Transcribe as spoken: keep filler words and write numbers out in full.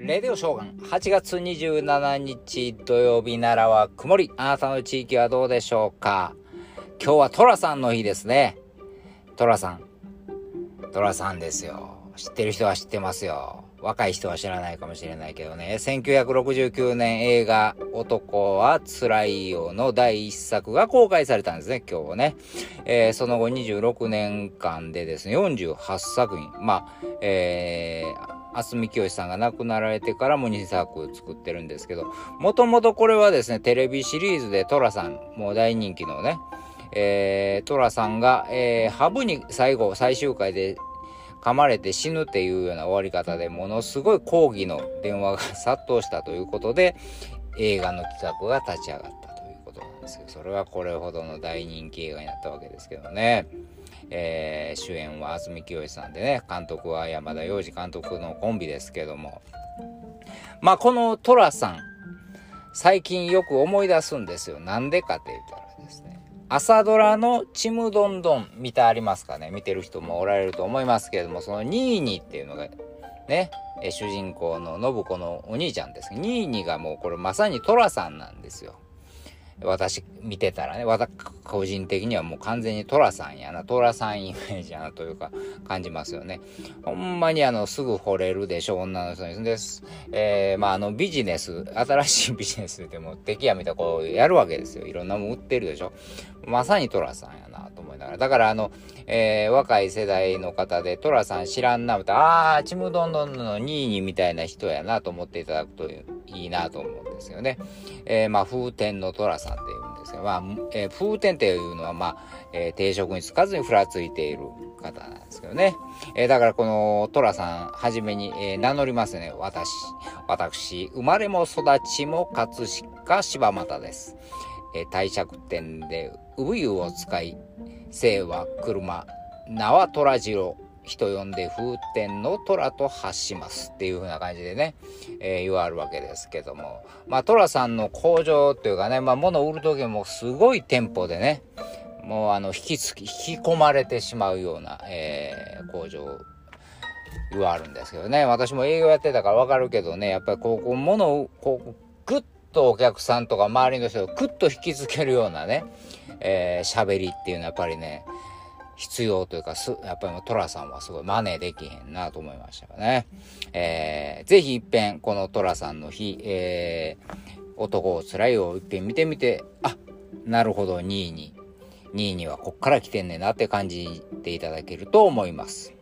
レディオショーガンはちがつにじゅうしちにち土曜日、奈良は曇り。あなたの地域はどうでしょうか。今日はトラさんの日ですね。トラさんトラさんですよ。知ってる人は知ってますよ。若い人は知らないかもしれないけどね、せんきゅうひゃくろくじゅうきゅうねん映画男はつらいよのだいいっさくが公開されたんですね、今日ね。えー、その後にじゅうろくねんかんでですね、よんじゅうはっさくひん、まあえー渥美清さんが亡くなられてからもにさく作ってるんですけど、もともとこれはですね、テレビシリーズでトラさん、もう大人気のね、えー、トラさんが、えー、ハブに最後最終回で噛まれて死ぬっていうような終わり方で、ものすごい抗議の電話が殺到したということで、映画の企画が立ち上がったということなんですけど、それはこれほどの大人気映画になったわけですけどね。えー、主演は渥美清さんでね、監督は山田洋次監督のコンビですけども、まあこのトラさん最近よく思い出すんですよ。なんでかって言ったらですね、朝ドラのちむどんどん見てありますかね。見てる人もおられると思いますけれども、そのニーニーっていうのがね、え主人公の信子のお兄ちゃんです。ニーニーがもうこれまさにトラさんなんですよ。私見てたらね、私個人的にはもう完全にトラさんやな、トラさんイメージやなというか感じますよね。ほんまにあのすぐ惚れるでしょ、女の人です。えー、まああのビジネス、新しいビジネスでも敵やみたいなこうやるわけですよ。いろんなもん売ってるでしょ。まさにトラさんやなと思いながら、だからあの、えー、若い世代の方でトラさん知らんなと、ああちむどんどんのニーニーみたいな人やなと思っていただくといいなと思うんですよね。えー、まあ風天のトラさんっていうんですが、まあ、えー、風天っていうのはまあ、えー、定職に就かずにふらついている方なんですけどね。えー、だからこのトラさんはじめに、えー、名乗りますね。私私生まれも育ちも葛飾柴又です。えー、帝釈天で産湯を使い、姓は車、名は虎次郎、人呼んで風天の虎と発しますっていう風な感じでね、えー、言われるわけですけども、まあ虎さんの工場っていうかね、まあ物を売る時もすごいテンポでね、もうあの引きつき引き込まれてしまうような、えー、工場言われるんですけどね。私も営業やってたから分かるけどね、やっぱりこうこう物をこうグッとお客さんとか周りの人をグッと引きつけるようなね、えー、喋りっていうのはやっぱりね必要というか、すやっぱりトラさんはすごい真似できへんなと思いましたよね。えー、ぜひ一遍このトラさんの日、えー、男をつらいを一遍見てみて、あ、なるほど、ニーニーニーニーはこっから来てんねんなって感じていただけると思います。